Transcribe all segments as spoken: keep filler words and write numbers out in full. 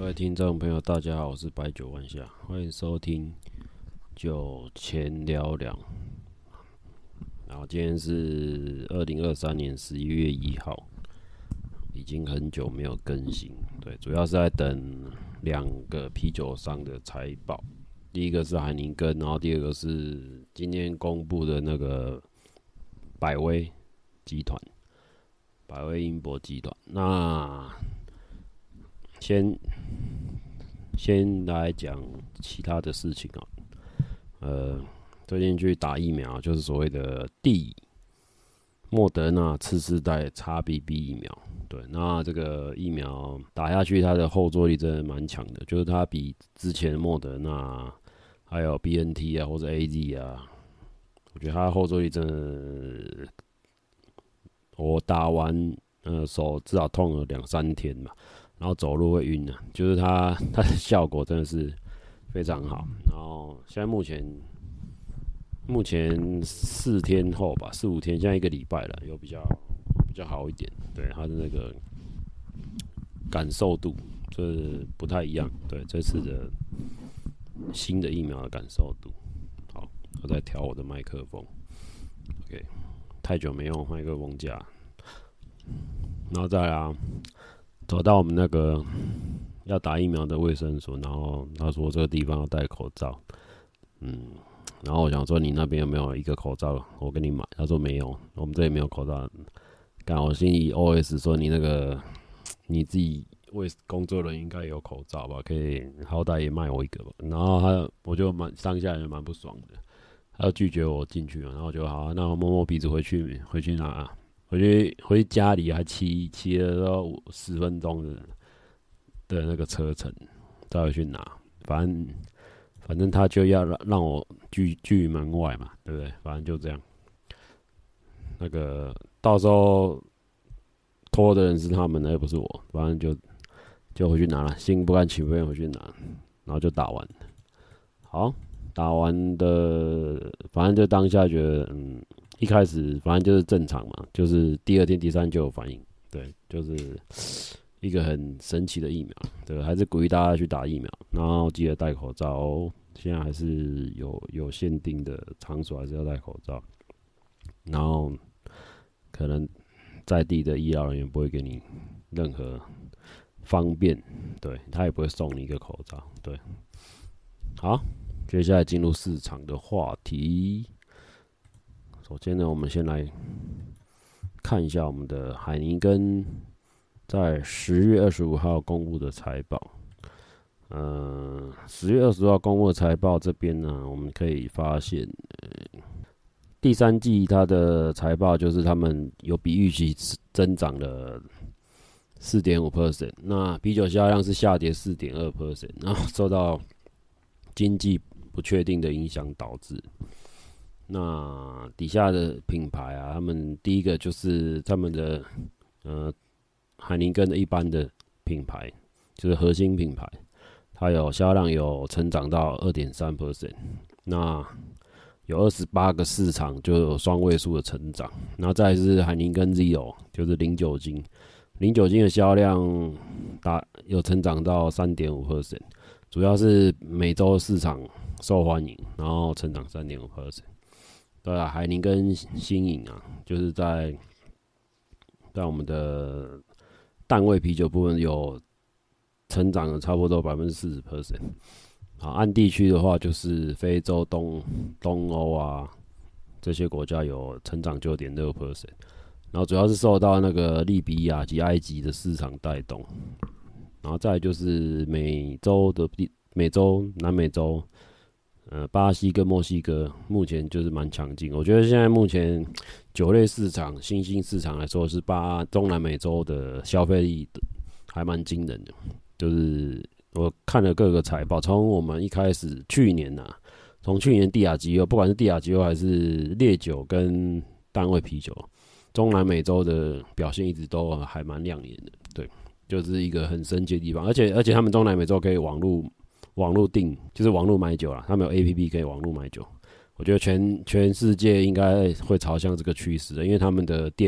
各位听众朋友，大家好，我是白酒万夏，欢迎收听酒前聊聊。然后今天是二零二三年十一月一号，已经很久没有更新。对，主要是在等两个啤酒商的财报，第一个是海宁根，然后第二个是今天公布的那个百威集团，百威英博集团。那先先来讲其他的事情啊，呃，最近去打疫苗，就是所谓的第莫德纳次世代 X B B 疫苗。对，那这个疫苗打下去，它的后坐力真的蛮强的，就是它比之前莫德纳还有 B N T 啊，或者 A Z 啊，我觉得它的后坐力真的，我打完呃手至少痛了两三天吧。然后走路会晕啊，就是它它的效果真的是非常好。然后现在目前目前四天后吧，四五天，现在一个礼拜了，有比较比较好一点。对它的那个感受度，就是不太一样。对这次的新的疫苗的感受度。好，我在调我的麦克风。OK， 太久没用麦克风架，然后再来啊。走到我们那个要打疫苗的卫生所，然后他说这个地方要戴口罩，嗯，然后我想说你那边有没有一个口罩，我跟你买。他说没有，我们这里没有口罩。干，我心里 O S 说你那个你自己为工作人员应该有口罩吧，可以好歹也卖我一个吧。然后他我就蛮当下也蛮不爽的，他就拒绝我进去了，然后我就好、啊，那我摸摸鼻子回去回去拿、啊。回去回去家里还骑骑了都十分钟的的那个车程，再回去拿。反正反正他就要让让我拒拒门外嘛，对不对？反正就这样。那个到时候拖的人是他们的，又不是我。反正就就回去拿了，心不甘情不愿回去拿，然后就打完。好，打完的，反正就当下觉得，嗯。一开始反正就是正常嘛，就是第二天、第三天就有反应，对，就是一个很神奇的疫苗，对，还是鼓励大家去打疫苗，然后记得戴口罩哦。现在还是有有限定的场所还是要戴口罩，然后可能在地的医疗人员不会给你任何方便，对，他也不会送你一个口罩，对。好，接下来进入市场的话题。首先呢，我们先来看一下我们的海尼根在十月二十五号公布的财报。呃，十月二十号公布的财报这边呢，我们可以发现，呃，第三季它的财报就是他们有比预期增长了 百分之四点五， 那啤酒销量是下跌 百分之四点二， 然后受到经济不确定的影响导致。那底下的品牌啊，他们第一个就是他们的呃海宁根的一般的品牌，就是核心品牌，它有销量有成长到 百分之二点三， 那有二十八个市场就有双位数的成长。然后再来是海宁根 Zero， 就是零酒精，零酒精的销量达有成长到 百分之三点五， 主要是美洲市场受欢迎，然后成长 百分之三点五。对啊，海宁跟新颖啊，就是在在我们的淡味啤酒部分有成长了差不多 百分之四十。好，按地区的话，就是非洲、东东欧啊这些国家有成长 百分之九点六， 然后主要是受到那个利比亚及埃及的市场带动，然后再来就是美洲的美洲、南美洲。呃，巴西跟墨西哥目前就是蛮强劲。我觉得现在目前酒类市场、新兴市场来说，是巴中南美洲的消费力还蛮惊人的。就是我看了各个财报，从我们一开始去年呐、啊，从去年帝亚吉欧，不管是帝亚吉欧还是烈酒跟淡味啤酒，中南美洲的表现一直都还蛮亮眼的。对，就是一个很神奇的地方，而且而且他们中南美洲可以网路。网络订就是网络买酒啦，他们有 A P P 可以网络买酒。我觉得全全世界应该会朝向这个趋势的，因为他们的店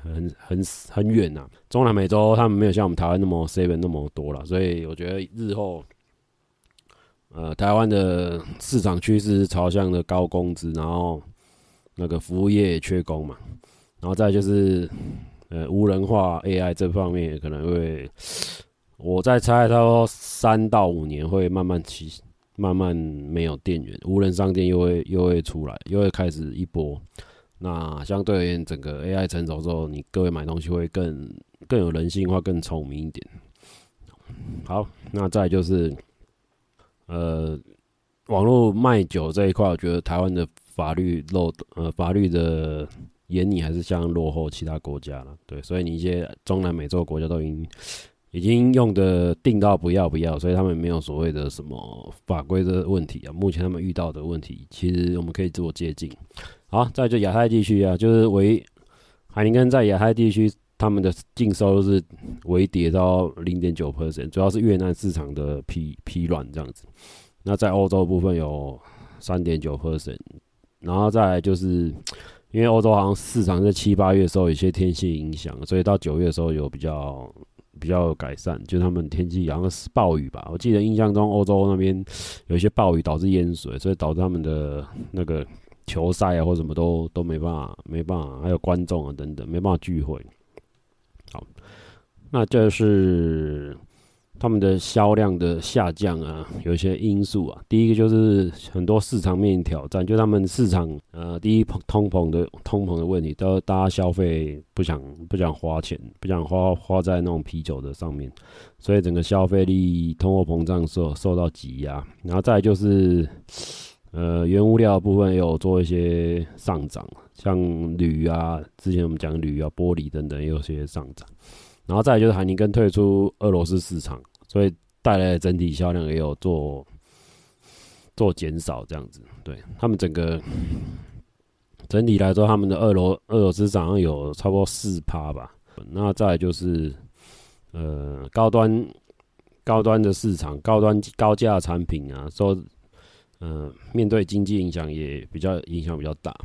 很很很远呐、啊。中南美洲他们没有像我们台湾那么 seven 那么多啦，所以我觉得日后，呃，台湾的市场趋势是朝向的高工资，然后那个服务业也缺工嘛，然后再就是呃无人化 A I 这方面可能会，我在猜，差不多三到五年会慢慢起。慢慢没有店员，无人商店又会又会出来，又会开始一波。那相对而言，整个 A I 成熟之后，你各位买东西会更更有人性化、更聪明一点。好，那再来就是呃，网络卖酒这一块，我觉得台湾的法律漏呃法律的严拟还是相当落后其他国家了。对，所以你一些中南美洲国家都已经。已经用的定到不要不要，所以他们没有所谓的什么法规的问题啊。目前他们遇到的问题，其实我们可以自我接近。好，再就亚太地区啊，就是微海尼根在亚太地区，他们的净收入是微跌到 百分之零点九， 主要是越南市场的疲疲软这样子。那在欧洲部分有 百分之三点九， 然后再来就是因为欧洲好像市场在七八月的时候有一些天气影响，所以到九月的时候有比较。比较有改善，就是他们天气好像是暴雨吧，我记得印象中欧洲那边有一些暴雨导致淹水，所以导致他们的那个球赛啊或什么都都没办法，没办法，还有观众啊等等没办法聚会。好，那这是他们的销量的下降啊，有一些因素啊。第一个就是很多市场面临挑战，就他们市场呃，第一通膨的通膨的问题，都大家消费不想不想花钱，不想花花在那种啤酒的上面，所以整个消费力通货膨胀受受到挤压。然后再来就是呃，原物料的部分也有做一些上涨，像铝啊，之前我们讲铝啊、玻璃等等也有些上涨。然后再来就是海尼根退出俄罗斯市场，所以带来的整体销量也有做做减少，这样子。对他们整个整体来说，他们的俄罗俄罗斯市场有差不多 百分之四 吧。那再来就是呃高端高端的市场，高端高价产品啊，说呃面对经济影响也比较影响比较大。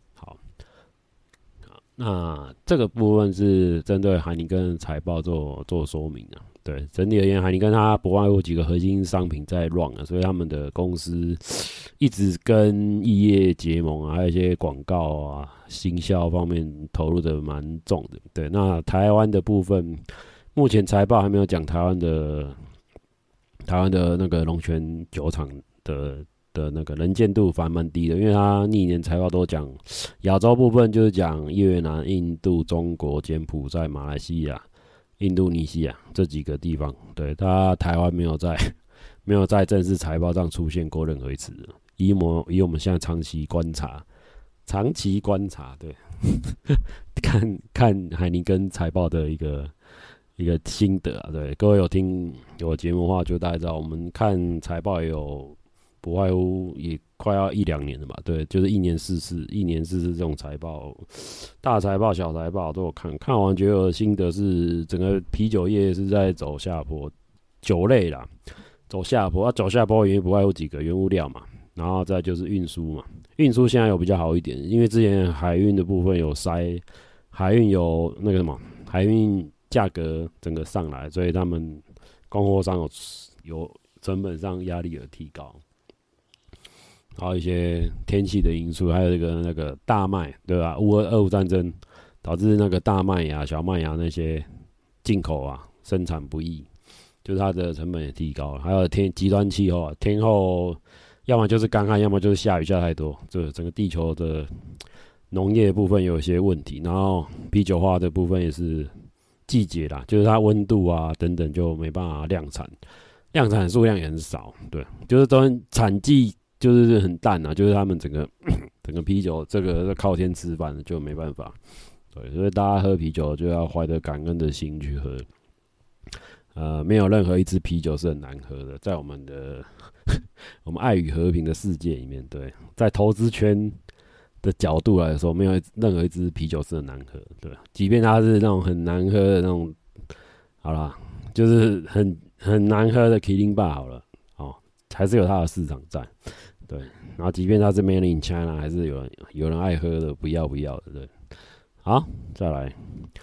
那这个部分是针对海尼根财报做做说明啊。对，整体而言，海尼根它不外乎几个核心商品在 run 啊，所以他们的公司一直跟异业结盟啊，还有一些广告啊、行销方面投入的蛮重的。对，那台湾的部分，目前财报还没有讲台湾的台湾的那个龙泉酒厂的。的那个能见度反而蛮低的，因为它历年财报都讲亚洲部分就是讲越南、印度、中国、柬埔寨、马来西亚、印度尼西亚这几个地方。对，它台湾没有在没有在正式财报上出现过任何一次。以我以我们现在长期观察，长期观察，对，看看海尼根财报的一个一个心得啊。对，各位有听有节目的话，就大概知道我们看财报也有。不外乎也快要一两年了吧，对，就是一年四次，一年四次这种财报，大财报、小财报都有看，看完觉得心得是整个啤酒业是在走下坡，酒类啦，走下坡，啊，走下坡原因不外乎几个原物料嘛，然后再就是运输嘛，运输现在有比较好一点，因为之前海运的部分有塞，海运有那个什么，海运价格整个上来，所以他们供货商有有成本上压力有提高。还有一些天气的因素，还有这个那个大麦，对吧？乌俄俄乌战争导致那个大麦芽、小麦芽那些进口啊生产不易，就是它的成本也提高了。还有天极端气候啊，天候要么就是干旱，要么就是下雨下太多，这整个地球的农业部分有一些问题。然后啤酒花的部分也是季节啦，就是它温度啊等等就没办法量产，量产数量也很少，对，就是都产季。就是很淡啊，就是他们整个整个啤酒这个靠天吃饭就没办法，对，所以大家喝啤酒就要怀着感恩的心去喝，呃，没有任何一支啤酒是很难喝的，在我们的我们爱与和平的世界里面，对，在投资圈的角度来说，没有任何一支啤酒是很难喝，对，即便它是那种很难喝的那种，好啦，就是很很难喝的麒麟霸好了，哦，还是有它的市场在。对，然后即便它是 made in China， 还是有人有人爱喝的，不要不要的，对。好，再来，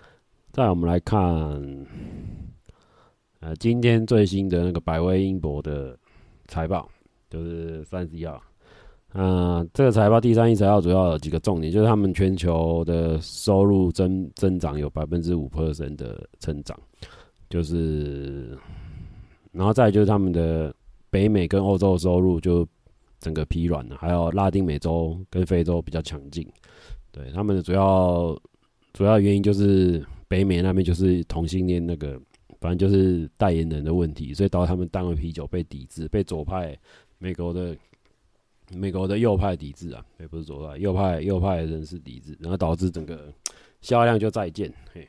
再来我们来看，呃，今天最新的那个百威英博的财报，就是三十一号。呃，这个财报第三季财报主要有几个重点，就是他们全球的收入增增长有百分之五 percent 的增长，就是，然后再来就是他们的北美跟欧洲的收入就整个疲软了，还有拉丁美洲跟非洲比较强劲。对，他们的主要主要原因就是北美那边就是同性恋那个，反正就是代言人的问题，所以导致他们单位啤酒被抵制，被左派美国的美国的右派抵制啊，也不是左派，右派右派的人士抵制，然后导致整个销量就再见。嘿，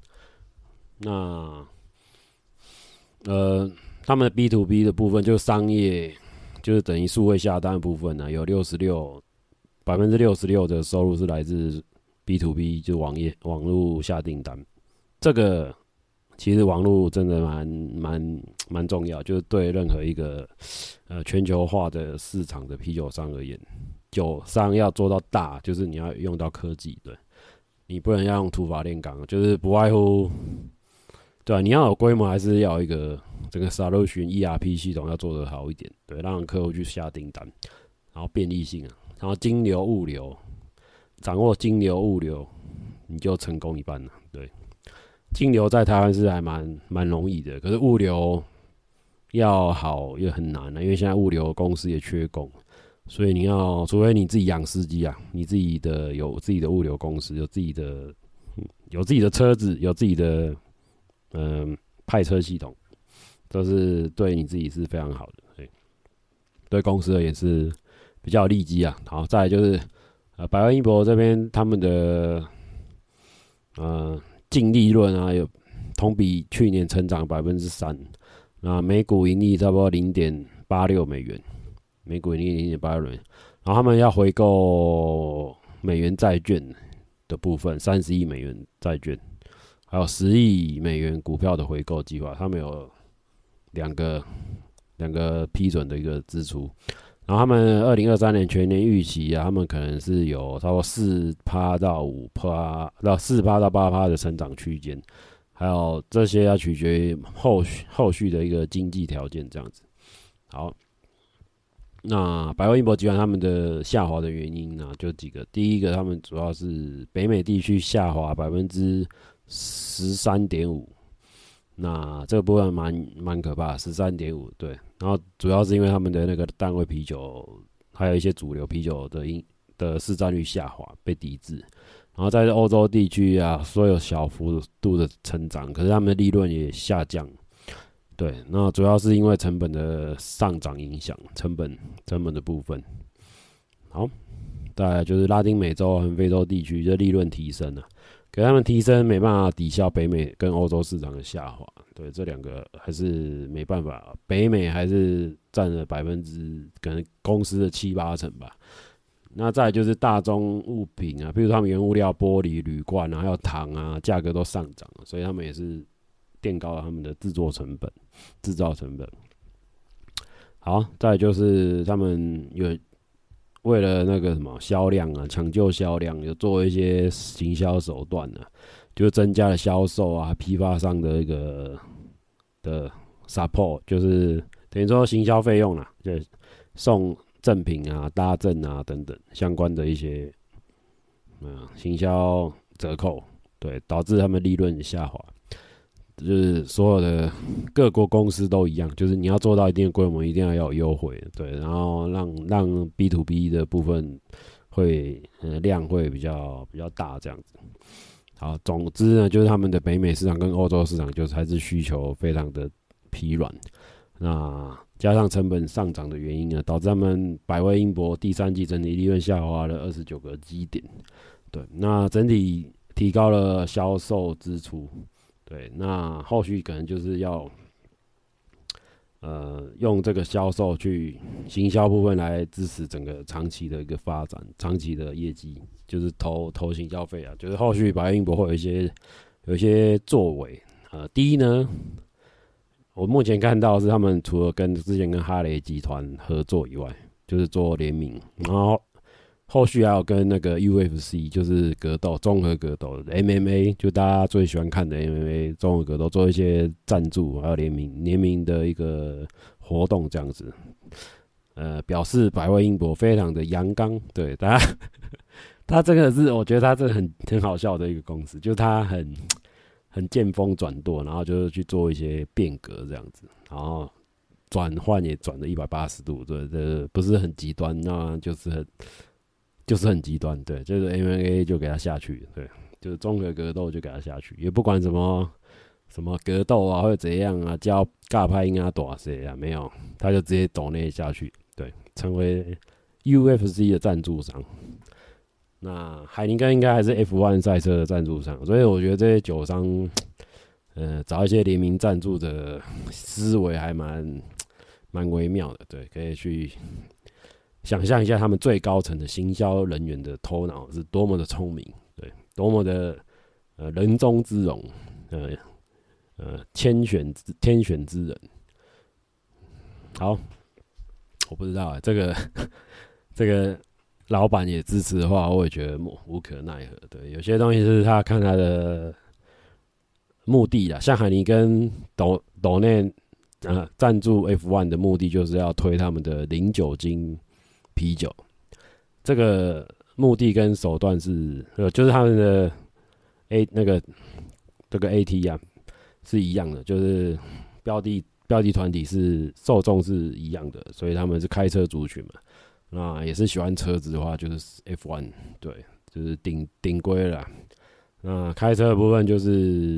那呃，他们的 B to B 的部分，就商业，就是等于数位下单的部分呢、啊，有六十六百分之六十六的收入是来自 B to B， 就网页网络下订单。这个其实网络真的蛮蛮蛮重要，就是对任何一个呃全球化的市场的啤酒商而言，酒商要做到大，就是你要用到科技，对，你不能要用土法炼钢，就是不外乎。对啊，你要有规模，还是要有一个这个 solution E R P 系统要做得好一点，对，让客户去下订单，然后便利性啊，然后金流物流，掌握金流物流，你就成功一半了。对，金流在台湾是还蛮蛮容易的，可是物流要好也很难了，因为现在物流公司也缺工，所以你要除非你自己养司机啊，你自己的有自己的物流公司，有自己的有自己的车子，有自己的。嗯，派车系统都是对你自己是非常好的，对，对公司而言是比较利基啊。好，再来就是呃，百万英博这边他们的呃净利润啊，有同比去年成长百分之三，那每股盈利差不多零点八六美元，每股盈利零点八六美元，然后他们要回购美元债券的部分，三十亿美元债券。还有十亿美元股票的回购计划，他们有两个两个批准的一个支出，然后他们二零二三年全年预期啊，他们可能是有超过四趴到五趴到四趴到八趴的成长区间，还有这些要取决于后续后续的一个经济条件这样子。好，那百威英博集团他们的下滑的原因呢，就几个，第一个他们主要是北美地区下滑百分之十三点五，那这个部分蛮蛮可怕，十三点五，对。然后主要是因为他们的那个单位啤酒，还有一些主流啤酒的因的市占率下滑，被抵制。然后在欧洲地区啊，所有小幅度的成长，可是他们的利润也下降。对，那主要是因为成本的上涨影响，成本成本的部分。好，再来就是拉丁美洲和非洲地区的利润提升了、啊。可是他们提升没办法抵消北美跟欧洲市场的下滑，对，这两个还是没办法。北美还是占了百分之可能公司的七八成吧。那再来就是大宗物品啊，比如他们原物料玻璃、铝罐啊，还有糖啊，价格都上涨了，所以他们也是垫高了他们的制作成本、制造成本。好，再来就是他们有。为了那个什么销量啊，抢救销量，有做一些行销手段啊，就增加了销售啊、批发商的一个的 support， 就是等于说行销费用啦，就送赠品啊、搭赠啊等等相关的一些嗯行销折扣，对，导致他们利润下滑。就是所有的各国公司都一样，就是你要做到一定的规模，一定要有优惠，对，然后让让 B to B 的部分会呃量会比较比较大这样子。好，总之呢，就是他们的北美市场跟欧洲市场就是还是需求非常的疲软，那加上成本上涨的原因呢，导致他们百威英博第三季整体利润下滑了二十九个基点，对，那整体提高了销售支出。对，那后续可能就是要，呃，用这个销售去行销部分来支持整个长期的一个发展，长期的业绩，就是投投行销费啊，就是后续百威英博会有一些有一些作为。呃，第一呢，我目前看到是他们除了跟之前跟哈雷集团合作以外，就是做联名，然后后续还有跟那个 U F C 就是格斗综合格斗 M M A 就大家最喜欢看的 M M A 综合格斗做一些赞助还有联名联名的一个活动这样子，呃，表示百味英博非常的阳刚，对大家，他这个是我觉得他这个很很好笑的一个公司，就是他很很见风转舵，然后就是去做一些变革这样子，然后转换也转了一百八十度，对，这不是很极端，那就是很就是很极端，对，就是 M M A 就给他下去，对，就是综合格斗就给他下去，也不管什么什么格斗啊或者怎样啊，教尬拍音啊、打谁啊，没有，他就直接抖内下去，对，成为 U F C 的赞助商。那海尼根应该还是 F 一 赛车的赞助商，所以我觉得这些酒商，呃，找一些联名赞助的思维还蛮蛮微妙的，对，可以去想象一下他们最高层的行销人员的头脑是多么的聪明，对，多么的呃人中之龙，呃呃天选之天选之人。好，我不知道啊，这个这个老板也支持的话，我也觉得无可奈何。对，有些东西是他看他的目的啦，像海尼跟斗斗内呃赞助 F 一 的目的就是要推他们的零酒精啤酒，这个目的跟手段是呃就是他们的 A 那个这个 A T 啊是一样的，就是标的标的团体是受众是一样的，所以他们是开车族群嘛。那也是喜欢车子的话，就是 F 一， 对，就是顶顶规了啦。那开车的部分就是，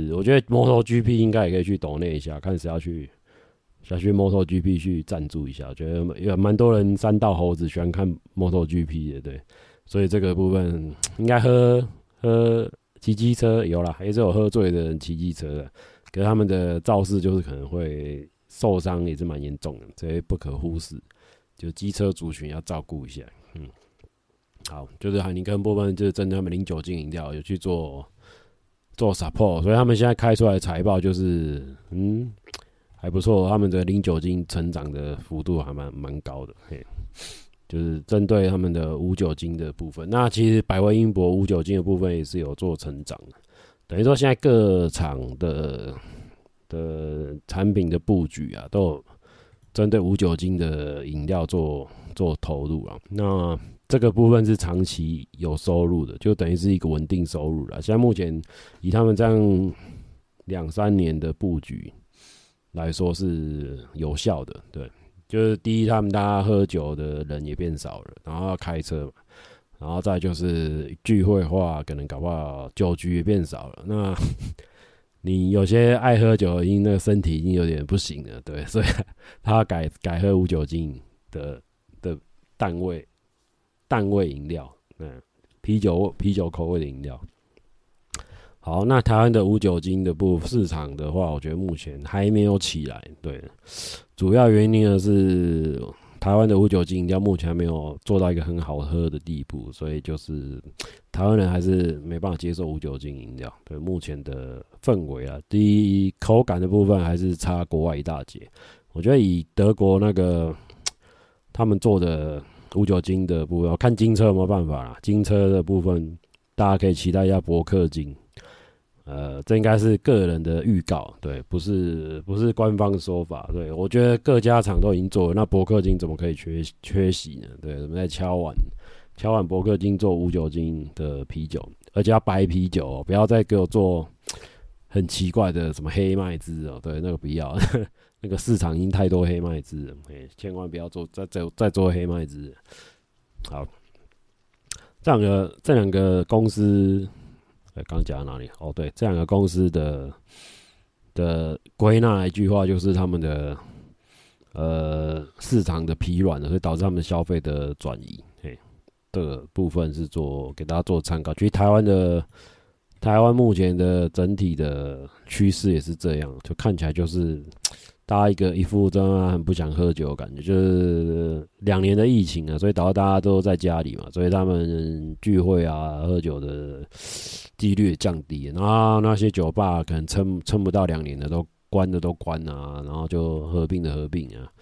我觉得 MotoGP 应该也可以去抖内一下，看谁要去，想去 MotoGP 去赞助一下。我觉得有蛮多人山道猴子喜欢看 MotoGP 的，对，所以这个部分应该喝喝骑机车有啦，也是有喝醉的人骑机车的，可是他们的肇事就是可能会受伤，也是蛮严重的，这些不可忽视。就机车族群要照顾一下，嗯，好，就是海尼根部分就是针对他们零酒精饮料有去做做 support， 所以他们现在开出来的财报就是嗯还不错，他们的零酒精成长的幅度还蛮蛮高的，嘿，就是针对他们的无酒精的部分。那其实百威英博无酒精的部分也是有做成长的，等于说现在各厂的的产品的布局啊都有针对无酒精的饮料做做投入啊，那这个部分是长期有收入的，就等于是一个稳定收入了。现在目前以他们这样两三年的布局来说是有效的，对，就是第一，他们大家喝酒的人也变少了，然后要开车嘛，然后再就是聚会的话，可能搞不好酒局也变少了，那。你有些爱喝酒，因那个身体已经有点不行了，对，所以他改改喝无酒精的的淡味淡味饮料，嗯，啤酒啤酒口味的饮料。好，那台湾的无酒精的部市场的话，我觉得目前还没有起来，对，主要原因呢是台湾的无酒精饮料目前还没有做到一个很好喝的地步，所以就是台湾人还是没办法接受无酒精饮料。对目前的氛围啊，第一口感的部分还是差国外一大截。我觉得以德国那个他们做的无酒精的部分，看金车有没有办法啦。金车的部分大家可以期待一下伯克金。呃，这应该是个人的预告，对，不是不是官方的说法，对，我觉得各家厂都已经做了，那伯克金怎么可以缺缺席呢？对，我们在敲碗敲碗伯克金做无酒精的啤酒，而且要白啤酒哦，不要再给我做很奇怪的什么黑麦汁哦，对，那个不要，那个市场已经太多黑麦汁了，千万不要做再再再做黑麦汁。好，这两个这两个公司。刚讲到哪里？哦，对，这两个公司的的归纳一句话就是他们的呃市场的疲软了，所以导致他们的消费的转移。嘿，这个部分是做给大家做参考。其实台湾的台湾目前的整体的趋势也是这样，就看起来就是大家一个一副真的很不想喝酒的感觉，就是两年的疫情啊，所以导致大家都在家里嘛，所以他们聚会啊、喝酒的几率也降低，然后那些酒吧可能撑撑不到两年的都关的都关啊，然后就合并的合并啊，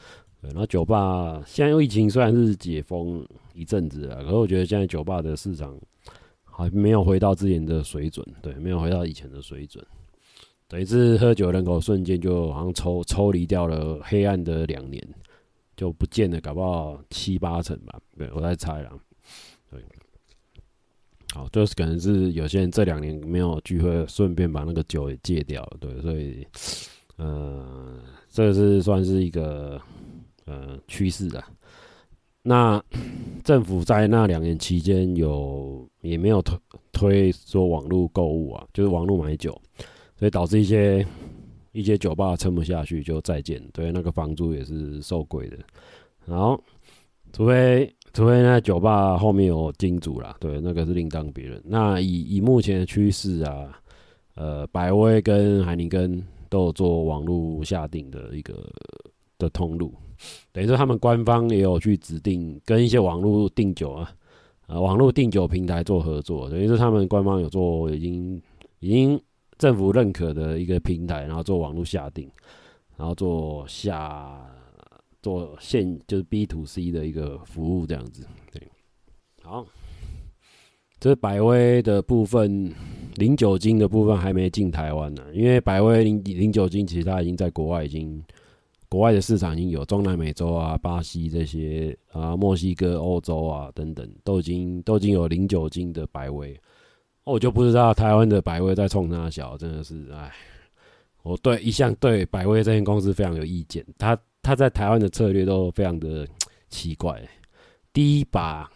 对，然后酒吧现在疫情虽然是解封一阵子了，可是我觉得现在酒吧的市场还没有回到之前的水准，对，没有回到以前的水准。等于是喝酒人口瞬间就好像抽抽离掉了黑暗的两年，就不见了，搞不好七八成吧。对，我在猜啦。对，好，就是可能是有些人这两年没有聚会，顺便把那个酒也戒掉了。对，所以呃，这是算是一个呃趋势啦。那政府在那两年期间有也没有推推说网络购物啊，就是网络买酒。所以导致一些一些酒吧撑不下去就再见，对，那个房租也是受贵的。然后，除非除非那酒吧后面有金主啦，对，那个是另当别论。那以以目前的趋势啊，呃，百威跟海尼根都有做网络下定的一个的通路，等于说他们官方也有去指定跟一些网络订酒啊，呃，网络订酒平台做合作，等于说他们官方有做已经已经。政府认可的一个平台，然后做网络下定，然后做下做线就是 B to C 的一个服务这样子。对，好，这是百威的部分，零酒精的部分还没进台湾呢，因为百威零零酒精其实它已经在国外已经国外的市场已经有，中南美洲啊、巴西这些啊、墨西哥、欧洲啊等等都已经都已经有零酒精的百威。我就不知道台湾的百威在冲啥小，真的是哎，我对一向对百威这间公司非常有意见。他他在台湾的策略都非常的奇怪。第一把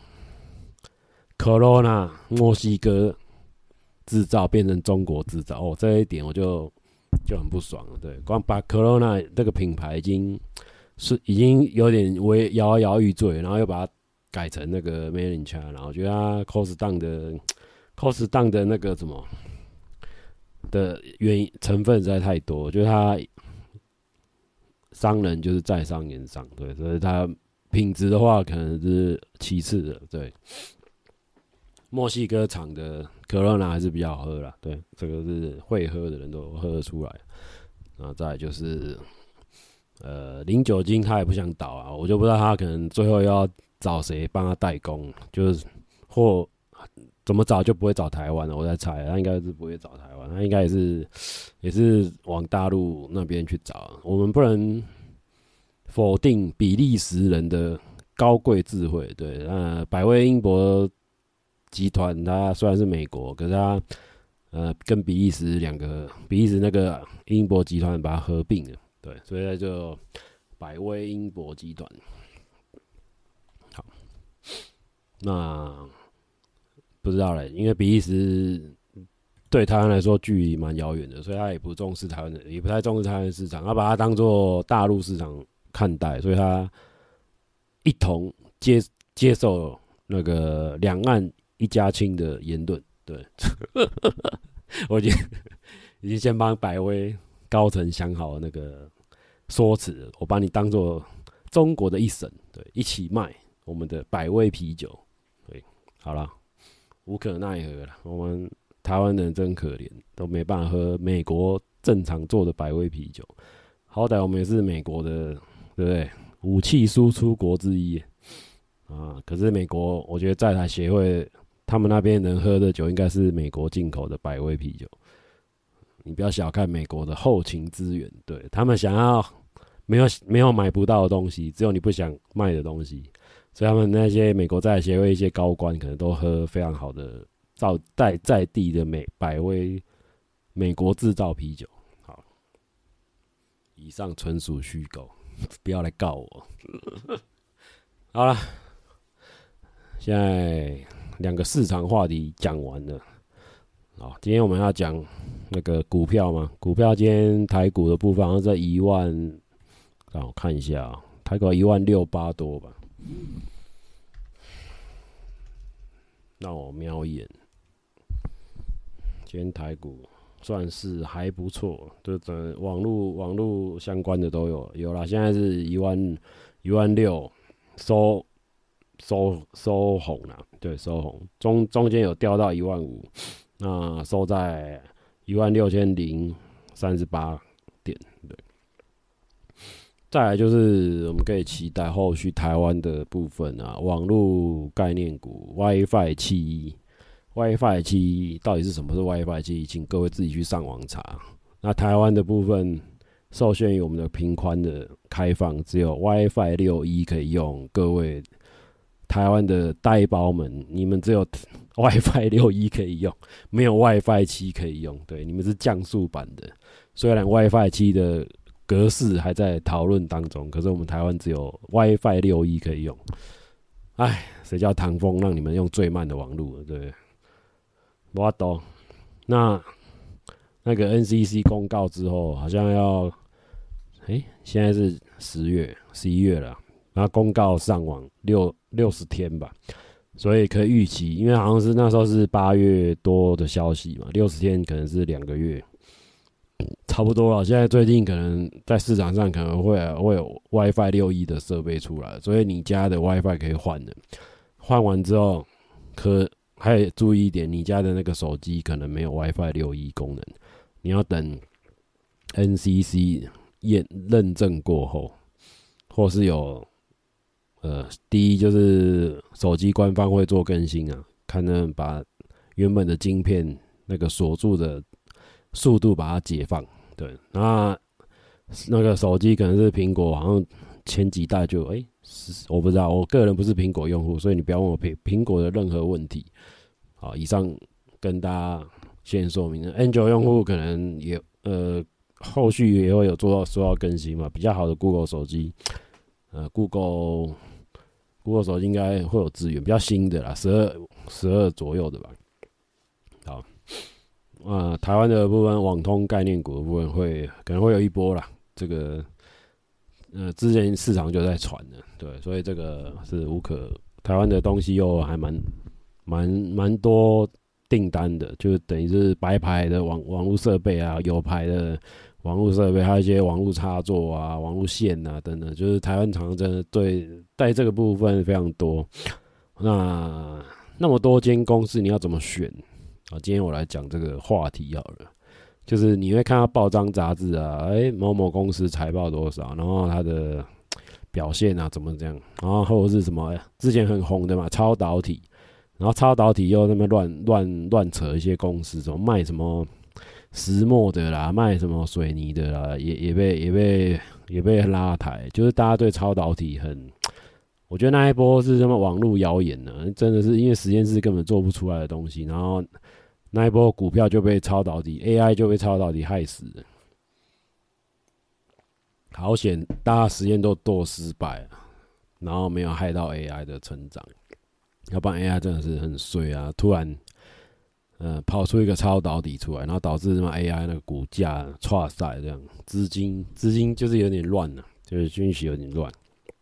Corona 墨西哥制造变成中国制造，哦，这一点我就就很不爽了。对，光把 Corona 这个品牌已经是已经有点为摇摇欲坠，然后又把它改成那个 Made in China， 然后我觉得它 cost down 的。cost down 的那个什么的原因成分实在太多，就是他商人就是在商言商，对，所以他品质的话可能是其次的，对。墨西哥厂的可乐拿还是比较好喝啦，对，这个是会喝的人都喝得出来。然后再来就是呃零酒精他也不想倒啊，我就不知道他可能最后要找谁帮他代工，就是或。怎么找就不会找台湾了，我在猜，他应该是不会找台湾，他应该也是也是往大陆那边去找。我们不能否定比利时人的高贵智慧，对，那百威英博集团，它虽然是美国，可是它呃跟比利时两个比利时那个英博集团把它合并了，对，所以它就百威英博集团。好，那。不知道嘞，因为比利时对台湾来说距离蛮遥远的，所以他也不重视台湾的，也不太重视台湾市场，他把它当作大陆市场看待，所以他一同接接受那个两岸一家亲的言论。对，我已经已经先帮百威高层想好那个说辞，我把你当作中国的一省，对，一起卖我们的百威啤酒。对，好了。无可奈何了，我们台湾人真可怜，都没办法喝美国正常做的百威啤酒。好歹我们也是美国的，对不对？武器输出国之一啊。可是美国，我觉得在台协会他们那边能喝的酒，应该是美国进口的百威啤酒。你不要小看美国的后勤资源，对他们想要没有没有买不到的东西，只有你不想卖的东西。所以他们那些美国在协会一些高官可能都喝非常好的造在在地的美百威美国制造啤酒。好，以上纯属虚构，不要来告我。好了，现在两个市场话题讲完了。好，今天我们要讲那个股票嘛，股票今天台股的部分好像在一万，让我看一下啊、喔，台股一万六八多吧。让我瞄一眼，今天台股算是还不错，就整网络网络相关的都有有啦。现在是一万一万六，收收收红啦，对，收红，中中间有掉到一万五，那收在一万六千零三十八点，对。 再来就是我们可以期待后续台湾的部分啊，网络概念股 WiFi 七 WiFi 七到底是什么是 WiFi 七？请各位自己去上网查。那台湾的部分受限于我们的频宽的开放，只有 WiFi 六 一可以用。各位台湾的呆包们，你们只有 WiFi 六 一可以用，没有 WiFi 七可以用。对，你们是降速版的。虽然 WiFi 七的格式还在讨论当中，可是我们台湾只有 WiFi 六 一可以用。哎，谁叫唐风让你们用最慢的网路了？对，我懂。那那个 N C C 公告之后，好像要，哎、欸，现在是十月、十一月了，然后公告上网六六十天吧，所以可以预期，因为好像是那时候是八月多的消息嘛，六十天可能是两个月，差不多了。现在最近可能在市场上可能会会有 WiFi 六 一的设备出来，所以你家的 WiFi 可以换的，换完之后可还有注意一点，你家的那个手机可能没有 WiFi 六 一功能。你要等 N C C 验认证过后，或是有呃，第一就是手机官方会做更新啊，看能把原本的晶片那个锁住的速度把它解放。对，那那个手机可能是苹果，好像前几代就哎、欸，我不知道，我个人不是苹果用户，所以你不要问我苹苹果的任何问题。好，以上跟大家先说明了 ，Android 用户可能也呃后续也会有做到说到更新嘛，比较好的 Google 手机，呃 Google Google 手机应该会有资源，比较新的啦，十二十二左右的吧。好，啊、呃，台湾的部分网通概念股的部分会可能会有一波啦，这个呃之前市场就在传的，对，所以这个是无可台湾的东西又还蛮蛮蛮多。订单的，就等于是白牌的网网络设备啊，有牌的网络设备，还有一些网络插座啊、网络线啊等等，就是台湾厂真的对在这个部分非常多。那那么多间公司，你要怎么选啊？今天我来讲这个话题好了，就是你会看到报章杂志啊，哎、欸，某某公司财报多少，然后它的表现啊怎么这样，然后或者是什么之前很红的嘛，超导体。然后超导体又那么乱乱乱扯一些公司，什么卖什么石墨的啦，卖什么水泥的啦，也也被也被也被拉抬，就是大家对超导体很，我觉得那一波是什么网络谣言呢？真的是因为实验室根本做不出来的东西，然后那一波股票就被超导体 A I 就被超导体害死了，好险，大家实验都做失败了，然后没有害到 A I 的成长。要不然 A I 真的是很衰啊！突然，呃，跑出一个超导体出来，然后导致什么 A I 那个股价唰赛这样，资金资金就是有点乱了、啊，就是讯息有点乱。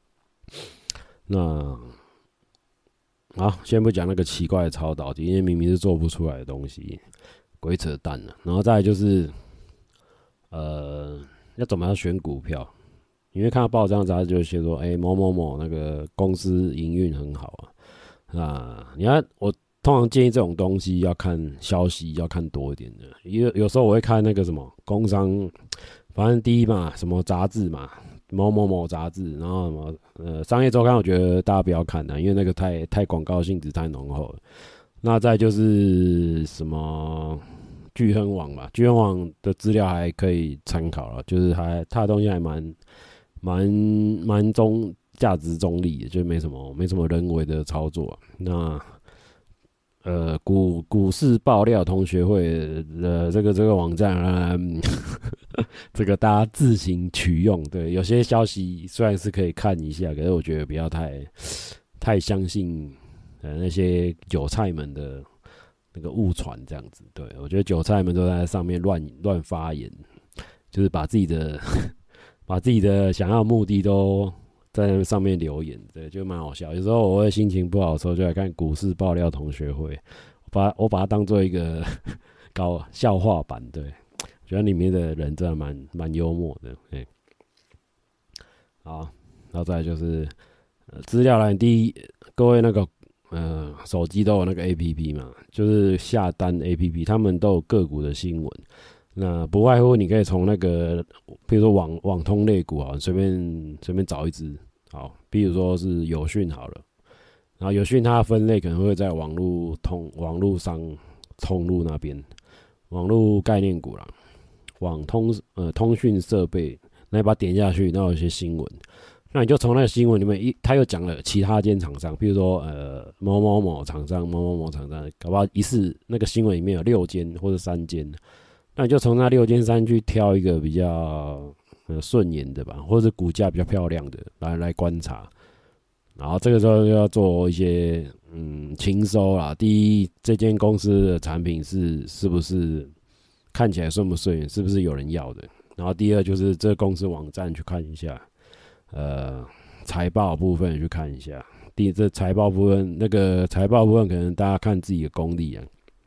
那好，先不讲那个奇怪的超导体，因为明明是做不出来的东西，鬼扯淡了。然后再来就是，呃，要怎么样选股票？因为看到报章杂志就写说，哎、欸，某某某那个公司营运很好啊。啊，你看，我通常建议这种东西要看消息，要看多一点的。有有时候我会看那个什么工商，反正第一嘛，什么杂志嘛，某某某杂志，然后什么呃商业周刊，我觉得大家不要看的，因为那个太太广告性质太浓厚了。那再就是什么钜亨网吧，钜亨网的资料还可以参考了，就是还它的东西还蛮蛮蛮中。价值中立的，就没什么没什么人为的操作、啊。那呃股股市爆料同学会的这个这个网站啊，这个大家自行取用。对，有些消息虽然是可以看一下，可是我觉得不要太太相信呃那些韭菜们的那个误传这样子。对，我觉得韭菜们都在上面乱乱发言，就是把自己的把自己的想要的目的都。在上面留言，对，就蛮好笑。有时候我会心情不好的时候，就来看股市爆料同学会，我把我把它当做一个搞笑话版，对，觉得里面的人真的蛮蛮幽默的，哎，好，然后再来就是呃资料栏第一，各位那个呃手机都有那个 A P P 嘛，就是下单 A P P， 他们都有个股的新闻。 那不外乎你可以从那个，比如说网网通类股啊，随便随便找一只，好，比如说是友讯好了，然后友讯它的分类可能会在网络通网络商通路那边，网络概念股啦，网通呃通讯设备，那你把它点下去，那有一些新闻，那你就从那个新闻里面一，他又讲了其他间厂商，比如说呃某某某厂商、某某某厂商，搞不好一次那个新闻里面有六间或者三间。那你就从那六间山去挑一个比较呃顺眼的吧，或者是股价比较漂亮的来来观察，然后这个时候就要做一些嗯情搜啦。第一，这间公司的产品是是不是看起来顺不顺眼，是不是有人要的？然后第二就是这个公司网站去看一下，呃财报部分去看一下。第这财报部分那个财报部分可能大家看自己的功力啊。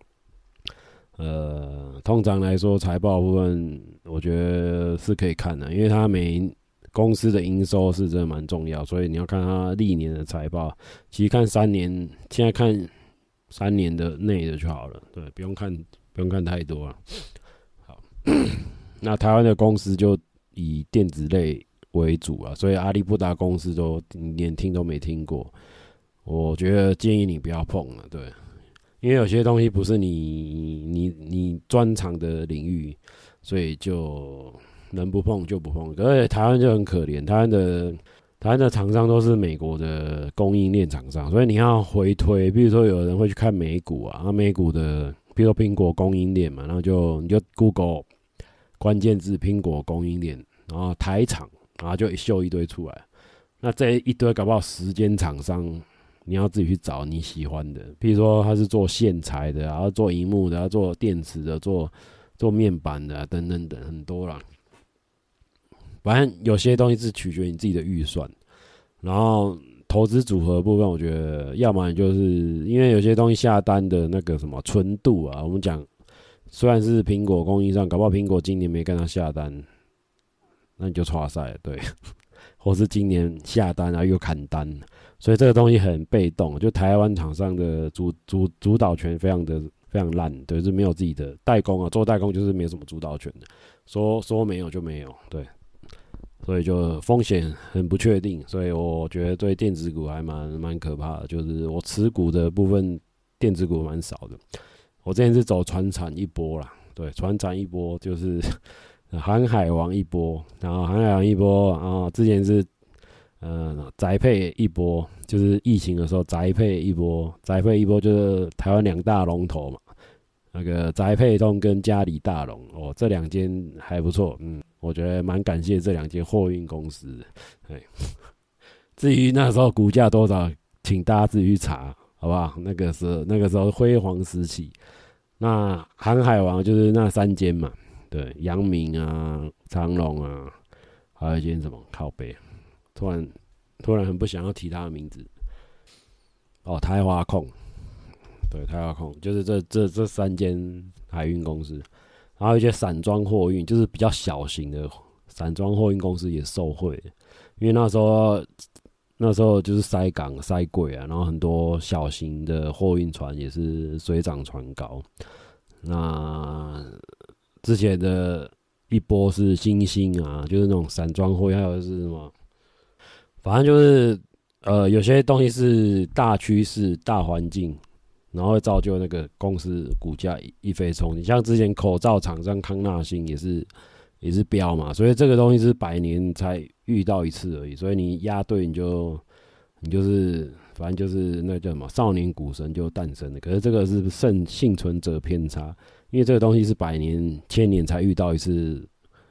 呃，通常来说，财报部分我觉得是可以看的，因为它每公司的营收是真的蛮重要，所以你要看它历年的财报。其实看三年，现在看三年的内的就好了，对，不用看不用看太多了。好，那台湾的公司就以电子类为主啊，所以阿里不达公司都连听都没听过，我觉得建议你不要碰了，对。因为有些东西不是你你你专长的领域，所以就能不碰就不碰。可是台湾就很可怜，台湾的台湾的厂商都是美国的供应链厂商，所以你要回推，比如说有人会去看美股啊，那美股的，比如说苹果供应链嘛，然后就你就 Google 关键字苹果供应链，然后台厂，然后就秀一堆出来。那这一堆搞不好十间厂商。你要自己去找你喜欢的，譬如说他是做线材的，然后做萤幕的，要做电池的，做做面板的、啊、等等等，很多啦。反正有些东西是取决于你自己的预算，然后投资组合的部分，我觉得要么就是因为有些东西下单的那个什么纯度啊，我们讲虽然是苹果供应商，搞不好苹果今年没跟他下单，那你就挫赛了，对，或是今年下单然后又砍单。所以这个东西很被动，就台湾厂商的主主主导权非常的非常烂，对，是没有自己的代工啊，做代工就是没有什么主导权的，说说没有就没有，对，所以就风险很不确定，所以我觉得对电子股还蛮蛮可怕的，就是我持股的部分电子股蛮少的，我之前是走传产一波啦，对，传产一波就是航海王一波，然后航海王一波啊，之前是。呃，宅配一波，就是疫情的时候宅配一波，宅配一波就是台湾两大龙头嘛，那个宅配通跟嘉里大龙哦，这两间还不错，嗯，我觉得蛮感谢这两间货运公司的。对，至于那时候股价多少，请大家自己去查，好不好？那个时候那个时候辉煌时期，那航海王就是那三间嘛，对，阳明啊、长荣啊，还有一间什么靠北。突然，突然很不想要提他的名字。哦，台华控，对，台华控就是这这这三间海运公司，然后一些散装货运，就是比较小型的散装货运公司也受惠，因为那时候那时候就是塞港塞柜啊，然后很多小型的货运船也是水涨船高。那之前的一波是新兴啊，就是那种散装货运，还有是什么？反正就是，呃，有些东西是大趋势、大环境，然后会造就那个公司股价一飞冲天。像之前口罩厂商康纳新也是也是飙嘛，所以这个东西是百年才遇到一次而已。所以你押对，你就你就是反正就是那叫什么少年股神就诞生了。可是这个是幸幸存者偏差，因为这个东西是百年、千年才遇到一次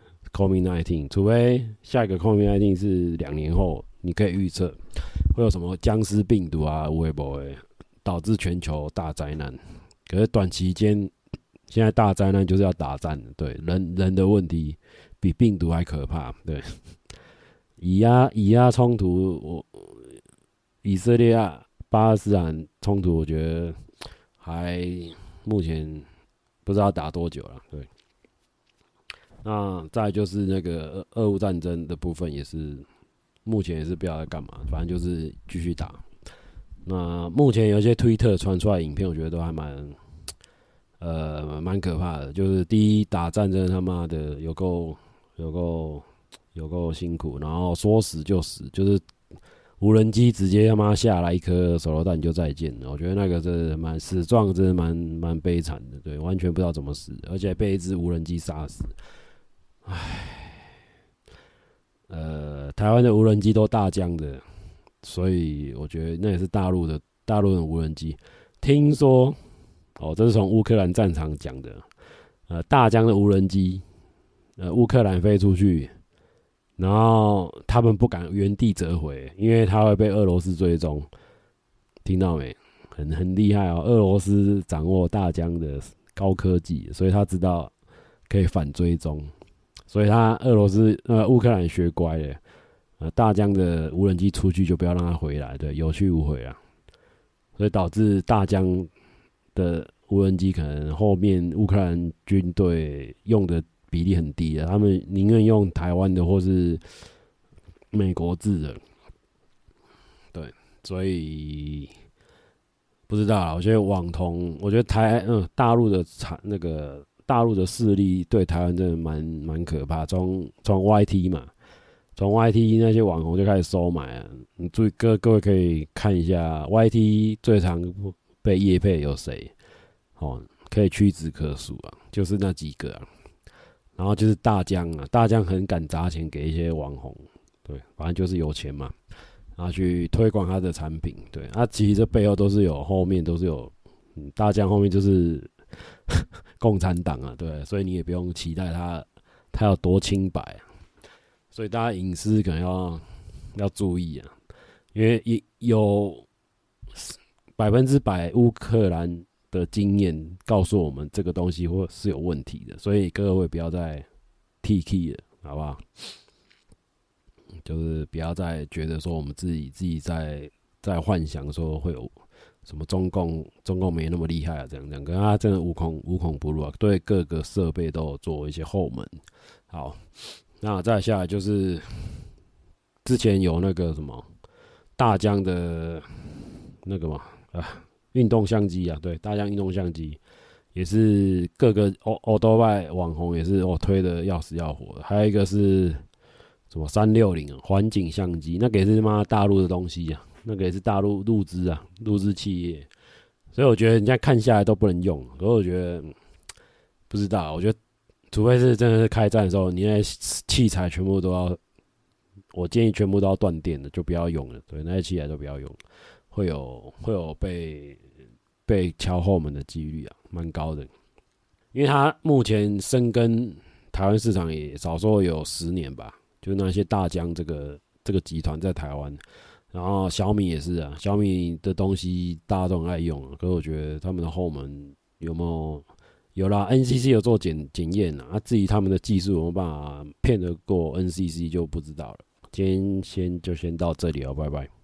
COVID 十九， 除非下一个 COVID 十九 是两年后。你可以预测会有什么僵尸病毒啊、微博诶，导致全球大灾难。可是短期间，现在大灾难就是要打战，对人人的问题比病毒还可怕。对，以亚以亚冲突，我以色列啊、巴勒斯坦冲突，我觉得还目前不知道打多久了。对，那再来就是那个俄俄乌战争的部分也是。目前也是不知道在干嘛，反正就是继续打。那目前有一些推特传出来的影片，我觉得都还蛮， 呃，蛮可怕的。就是第一打战真的他妈的有够有够有够辛苦，然后说死就死，就是无人机直接他妈下来一颗手榴弹就再见了。我觉得那个真的蛮死状，真的蛮蛮悲惨的，对，完全不知道怎么死，而且被一支无人机杀死。唉，呃，台湾的无人机都大疆的，所以我觉得那也是大陆的大陆的无人机。听说哦，这是从乌克兰战场讲的，呃，大疆的无人机，呃，乌克兰飞出去。然后他们不敢原地折回，因为他会被俄罗斯追踪。听到没？很很厉害哦！俄罗斯掌握大疆的高科技，所以他知道可以反追踪，所以他俄罗斯呃乌克兰学乖了，呃大疆的无人机出去就不要让它回来，对，有去无回啊。所以导致大疆的无人机可能后面乌克兰军队用的比例很低的，他们宁愿用台湾的或是美国制的，对，所以不知道啦。我觉得网通，我觉得台嗯大陆的产那个大陆的势力对台湾真的蛮蛮可怕。从从 Y T 嘛，从 Y T 那些网红就开始收买啊。你注意各各位可以看一下 Y T 最常被业配有谁，哦，可以屈指可数啊，就是那几个啊。然后就是大疆啊，大疆很敢砸钱给一些网红，对，反正就是有钱嘛，然后去推广他的产品，对，啊，其实这背后都是有后面都是有，嗯，大疆后面就是共产党啊，对，所以你也不用期待他他有多清白啊，所以大家隐私可能要要注意啊，因为有百分之百乌克兰的经验告诉我们这个东西或是有问题的，所以各位不要再 T K 了，好不好？就是不要再觉得说我们自己自己在在幻想说会有什么中共中共没那么厉害啊，这样这样，跟他真的无孔无孔不入啊，对各个设备都有做一些后门。好，那再下来就是之前有那个什么大疆的那个嘛啊。运动相机啊，对，大疆运动相机也是各个欧欧多拜网红也是哦推的要死要活的，还有一个是什么三六零啊环景相机，那个也是妈大陆的东西啊，那个也是大陆入资啊，入资企业，所以我觉得人家看下来都不能用，可是我觉得不知道，我觉得除非是真的是开战的时候，你那些器材全部都要，我建议全部都要断电的，就不要用了，对，那些器材都不要用。会有会有被被敲后门的几率啊，蛮高的。因为它目前深耕台湾市场也少说有十年吧，就是那些大疆这个这个集团在台湾，然后小米也是啊，小米的东西大家都很爱用啊，可是我觉得他们的后门有没有有啦 ，N C C 有做检检验啊，啊，至于他们的技术有没有办法骗得过 N C C 就不知道了。今天先就先到这里了，拜拜。